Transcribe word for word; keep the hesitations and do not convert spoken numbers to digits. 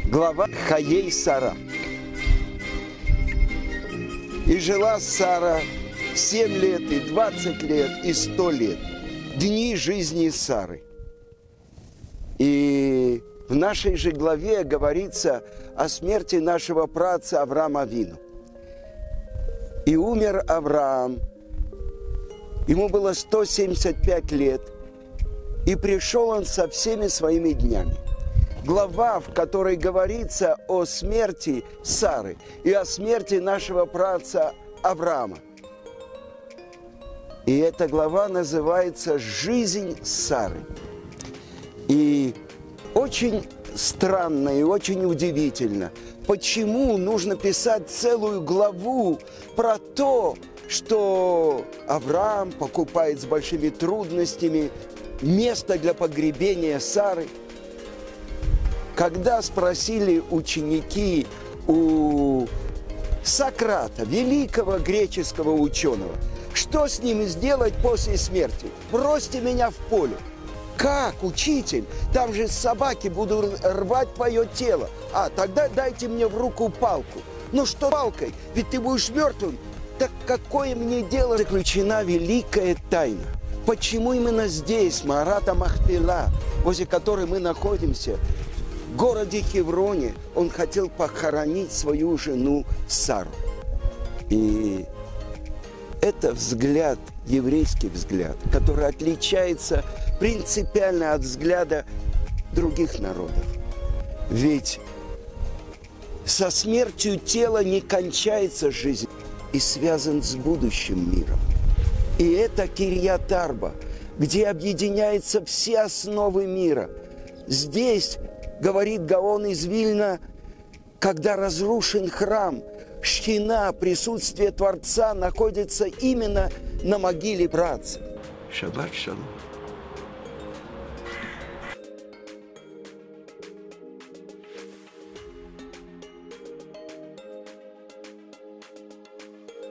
Глава Хаей Сара. И жила Сара семь лет, и двадцать лет, и сто лет. Дни жизни Сары. И в нашей же главе говорится о смерти нашего праотца Авраама Авину. И умер Авраам. Ему было сто семьдесят пять лет. И пришел он со всеми своими днями. Глава, в которой говорится о смерти Сары и о смерти нашего праотца Авраама. И эта глава называется «Жизнь Сары». И очень странно и очень удивительно, почему нужно писать целую главу про то, что Авраам покупает с большими трудностями место для погребения Сары. Когда спросили ученики у Сократа, великого греческого ученого, что с ним сделать после смерти? Бросьте меня в поле. Как, учитель? Там же собаки будут рвать твое тело. А, тогда дайте мне в руку палку. Ну что палкой? Ведь ты будешь мертвым. Так какое мне дело? Заключена великая тайна. Почему именно здесь, Маарат ха-Махпела, возле которой мы находимся, в городе Хевроне, он хотел похоронить свою жену Сару. И это взгляд, еврейский взгляд, который отличается принципиально от взгляда других народов. Ведь со смертью тела не кончается жизнь и связан с будущим миром. И это Кирьят Арба, где объединяются все основы мира. Здесь, говорит Гаон из Вильна, когда разрушен храм, Шхина, присутствие Творца, находится именно на могиле праотца. Шаббат шалом.